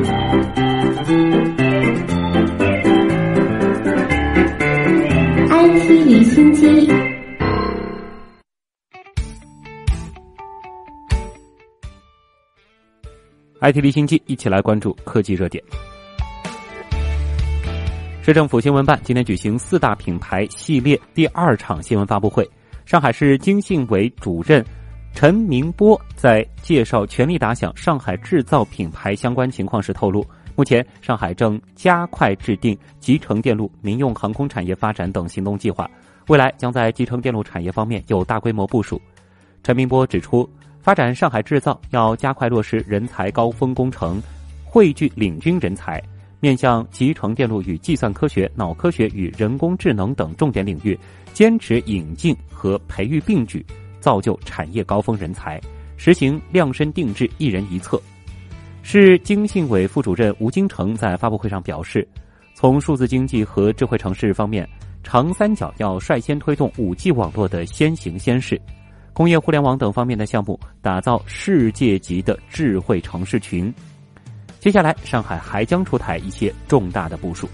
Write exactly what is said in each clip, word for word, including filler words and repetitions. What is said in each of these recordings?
I T 离心机。 I T 离心机，一起来关注科技热点。市政府新闻办今天举行四大品牌系列第二场新闻发布会，上海市经信委主任陈明波在介绍全力打响上海制造品牌相关情况时透露，目前上海正加快制定集成电路、民用航空产业发展等行动计划，未来将在集成电路产业方面有大规模部署。陈明波指出，发展上海制造要加快落实人才高峰工程，汇聚领军人才，面向集成电路与计算科学、脑科学与人工智能等重点领域，坚持引进和培育并举，造就产业高峰人才，实行量身定制、一人一策。市经信委副主任吴金城在发布会上表示，从数字经济和智慧城市方面，长三角要率先推动 五 G 网络的先行先试，工业互联网等方面的项目，打造世界级的智慧城市群。接下来，上海还将出台一些重大的部署。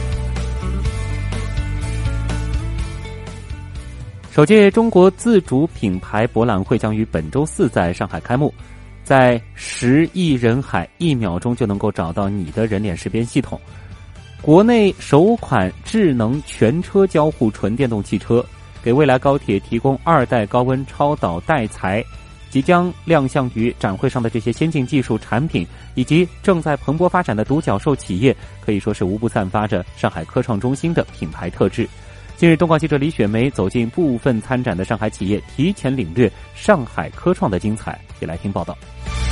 首届中国自主品牌博览会将于本周四在上海开幕。在十亿人海，一秒钟就能够找到你的人脸识别系统。国内首款智能全车交互纯电动汽车，给未来高铁提供二代高温超导带材。即将亮相于展会上的这些先进技术产品，以及正在蓬勃发展的独角兽企业，可以说是无不散发着上海科创中心的品牌特质。近日，东广记者李雪梅走进部分参展的上海企业，提前领略上海科创的精彩。也来听报道。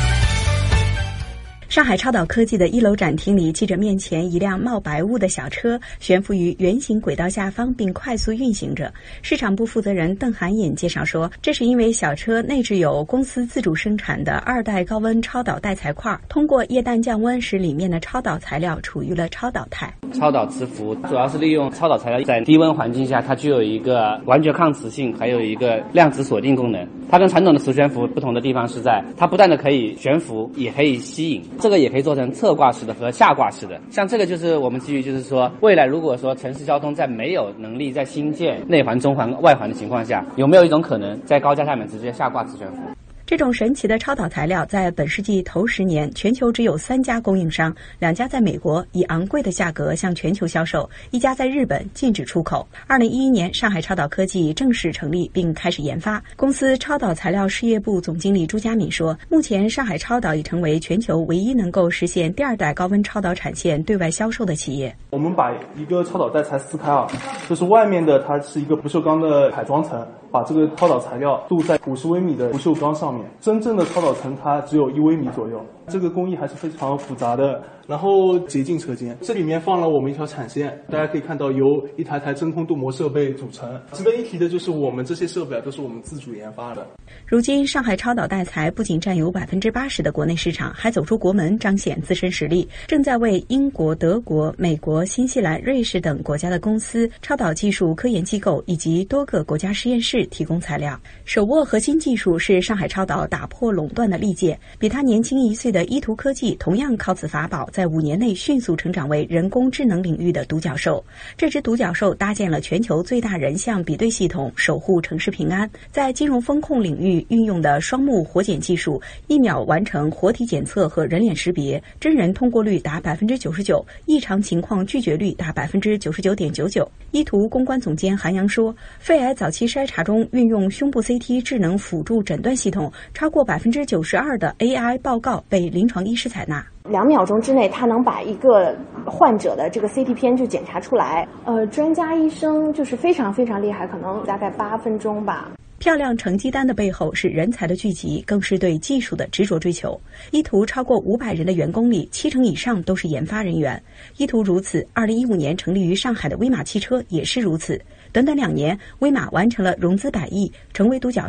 上海超导科技的一楼展厅里，记者面前一辆冒白雾的小车悬浮于圆形轨道下方，并快速运行着。市场部负责人邓涵隐介绍说，这是因为小车内置有公司自主生产的二代高温超导带材块，通过液氮降温使里面的超导材料处于了超导态。 超导磁浮主要是利用超导材料在低温环境下，它具有一个完全抗磁性，还有一个量子锁定功能。它跟传统的磁悬浮不同的地方是在，它不但的可以悬浮，也可以吸引。这个也可以做成侧挂式的和下挂式的。像这个就是我们基于就是说，未来如果说城市交通在没有能力在新建内环、中环、外环的情况下，有没有一种可能在高架下面直接下挂磁悬浮？ 这种神奇的超导材料在本世纪头十年，全球只有三家供应商，两家在美国以昂贵的价格向全球销售，一家在日本禁止出口。二零一一年，上海超导科技正式成立并开始研发。公司超导材料事业部总经理朱佳敏说，目前上海超导已成为全球唯一能够实现第二代高温超导产线对外销售的企业。 我们把一个超导带材撕开啊，就是外面的它是一个不锈钢的彩装层，把这个超导材料镀在五十微米的不锈钢上面。真正的超导层它只有一微米左右，这个工艺还是非常复杂的。然后洁净车间，这里面放了我们一条产线，大家可以看到由一台台真空镀膜设备组成。值得一提的就是我们这些设备都是我们自主研发的。 如今，上海超导带材不仅占有百分之八十的国内市场，还走出国门，彰显自身实力，正在为英国、德国、美国、新西兰、瑞士等国家的公司、超导技术科研机构以及多个国家实验室提供材料。手握核心技术是上海超导打破垄断的利剑，比他年轻一岁的依图科技同样靠此法宝，在五年内迅速成长为人工智能领域的独角兽。这只独角兽搭建了全球最大人像比对系统，守护城市平安。在金融风控领域运用的双目活检技术，一秒完成活体检测和人脸识别，真人通过率达百分之九十九，异常情况拒绝率达百分之九十九点九九。依图公关总监韩阳说，肺癌早期筛查中运用胸部 C T 智能辅助诊断系统，超过百分之九十二的 A I 报告被临床医师采纳。 两秒钟之内，他能把一个患者的这个 C T 片就检查出来。呃，专家医生就是非常非常厉害，可能大概八分钟吧。 漂亮成绩单的背后是人才的聚集，更是对技术的执着追求。依图超过五百人的员工里，七成以上都是研发人员。依图如此，二零一五年成立于上海的威马汽车也是如此。短短两年，威马完成了融资百亿，成为独角兽，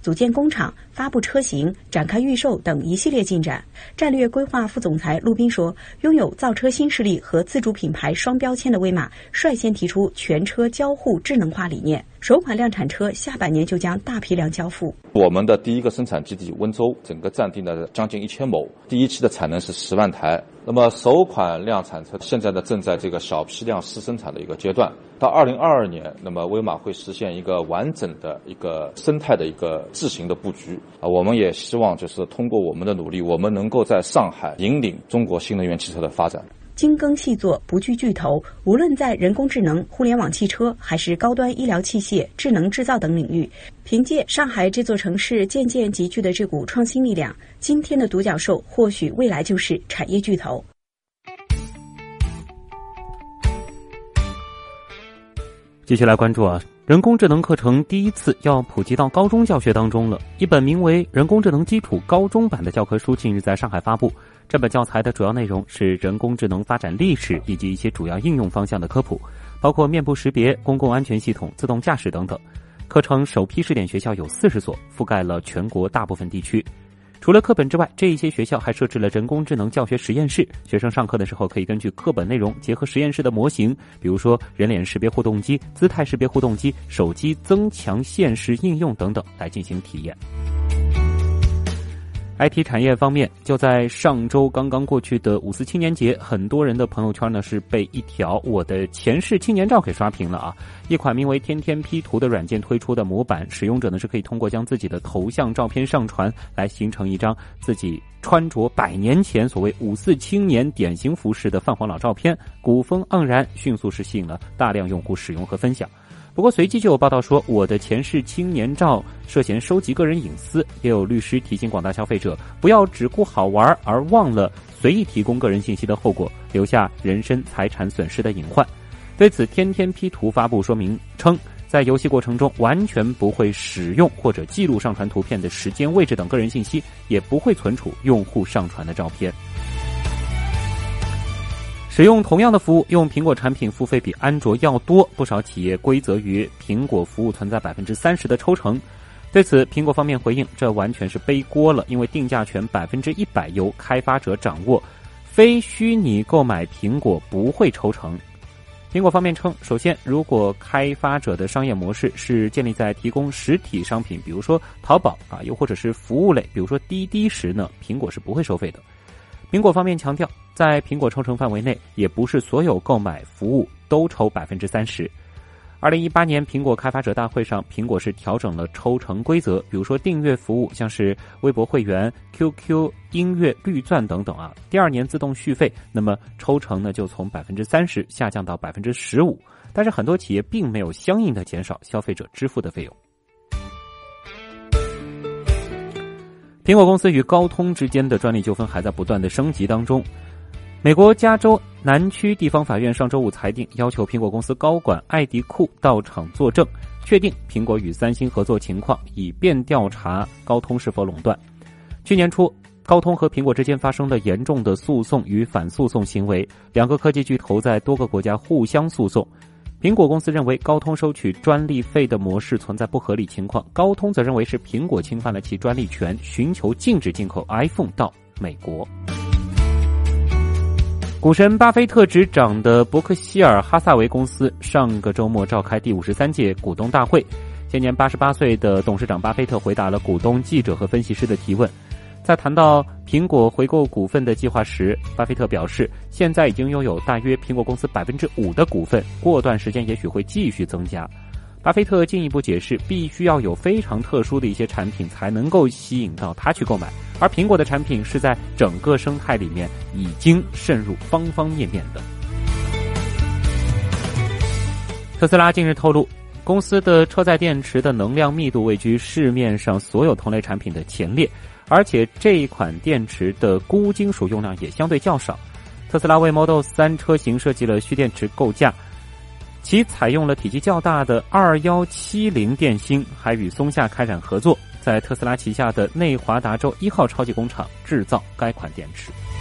组建工厂、发布车型、展开预售等一系列进展。战略规划副总裁陆斌说，拥有造车新势力和自主品牌双标签的威马率先提出全车交互智能化理念，首款量产车下半年就将大批量交付。 我们的第一个生产基地温州，整个占地呢将近一千亩，第一期的产能是十万台。那么首款量产车现在呢正在这个小批量试生产的一个阶段，到二零二二年，那么威马会实现一个完整的一个生态的一个智行的布局啊。我们也希望就是通过我们的努力，我们能够在上海引领中国新能源汽车的发展。 精耕细作，不惧巨头，无论在人工智能、互联网汽车，还是高端医疗器械、智能制造等领域，凭借上海这座城市渐渐集聚的这股创新力量，今天的独角兽或许未来就是产业巨头。 继续来关注啊，人工智能课程第一次要普及到高中教学当中了。一本名为《人工智能基础高中版》的教科书近日在上海发布。这本教材的主要内容是人工智能发展历史以及一些主要应用方向的科普，包括面部识别、公共安全系统、自动驾驶等等。课程首批试点学校有四十所，覆盖了全国大部分地区。除了课本之外，这一些学校还设置了人工智能教学实验室，学生上课的时候可以根据课本内容结合实验室的模型，比如说人脸识别互动机、姿态识别互动机、手机增强现实应用等等来进行体验。I T 产业方面，就在上周刚刚过去的五四青年节，很多人的朋友圈呢是被一条我的前世青年照给刷屏了啊！一款名为天天 P 图的软件推出的模板，使用者呢是可以通过将自己的头像照片上传，来形成一张自己穿着百年前所谓五四青年典型服饰的泛黄老照片，古风盎然，迅速是吸引了大量用户使用和分享。不过随即就有报道说，我的前世青年照涉嫌收集个人隐私，也有律师提醒广大消费者不要只顾好玩而忘了随意提供个人信息的后果，留下人身财产损失的隐患。对此，天天 P 图发布说明称，在游戏过程中完全不会使用或者记录上传图片的时间、位置等个人信息，也不会存储用户上传的照片。使用同样的服务，用苹果产品付费比安卓要多，不少企业归责于苹果服务存在 百分之三十 的抽成。对此，苹果方面回应，这完全是背锅了，因为定价权 百分之百 由开发者掌握，非虚拟购买苹果不会抽成。苹果方面称，首先，如果开发者的商业模式是建立在提供实体商品，比如说淘宝啊，又或者是服务类，比如说滴滴时呢，苹果是不会收费的。苹果方面强调，在苹果抽成范围内，也不是所有购买服务都抽 百分之三十。二零一八年苹果开发者大会上，苹果是调整了抽成规则，比如说订阅服务，像是微博会员、Q Q 音乐绿钻等等啊，第二年自动续费，那么抽成呢就从 百分之三十 下降到 百分之十五， 但是很多企业并没有相应的减少消费者支付的费用。苹果公司与高通之间的专利纠纷还在不断的升级当中。美国加州南区地方法院上周五裁定，要求苹果公司高管艾迪库到场作证，确定苹果与三星合作情况，以便调查高通是否垄断。去年初，高通和苹果之间发生了严重的诉讼与反诉讼行为，两个科技巨头在多个国家互相诉讼。苹果公司认为高通收取专利费的模式存在不合理情况，高通则认为是苹果侵犯了其专利权，寻求禁止进口 iPhone 到美国。股神巴菲特执掌的伯克希尔哈萨维公司上个周末召开第五十三届股东大会，现年八十八岁的董事长巴菲特回答了股东、记者和分析师的提问。在谈到苹果回购股份的计划时，巴菲特表示，现在已经拥有大约苹果公司 百分之五 的股份，过段时间也许会继续增加。巴菲特进一步解释，必须要有非常特殊的一些产品才能够吸引到他去购买，而苹果的产品是在整个生态里面已经渗入方方面面的。特斯拉近日透露，公司的车载电池的能量密度位居市面上所有同类产品的前列，而且这一款电池的钴金属用量也相对较少。特斯拉为 Model 三车型设计了蓄电池构架，其采用了体积较大的二一七零电芯，还与松下开展合作，在特斯拉旗下的内华达州一号超级工厂制造该款电池。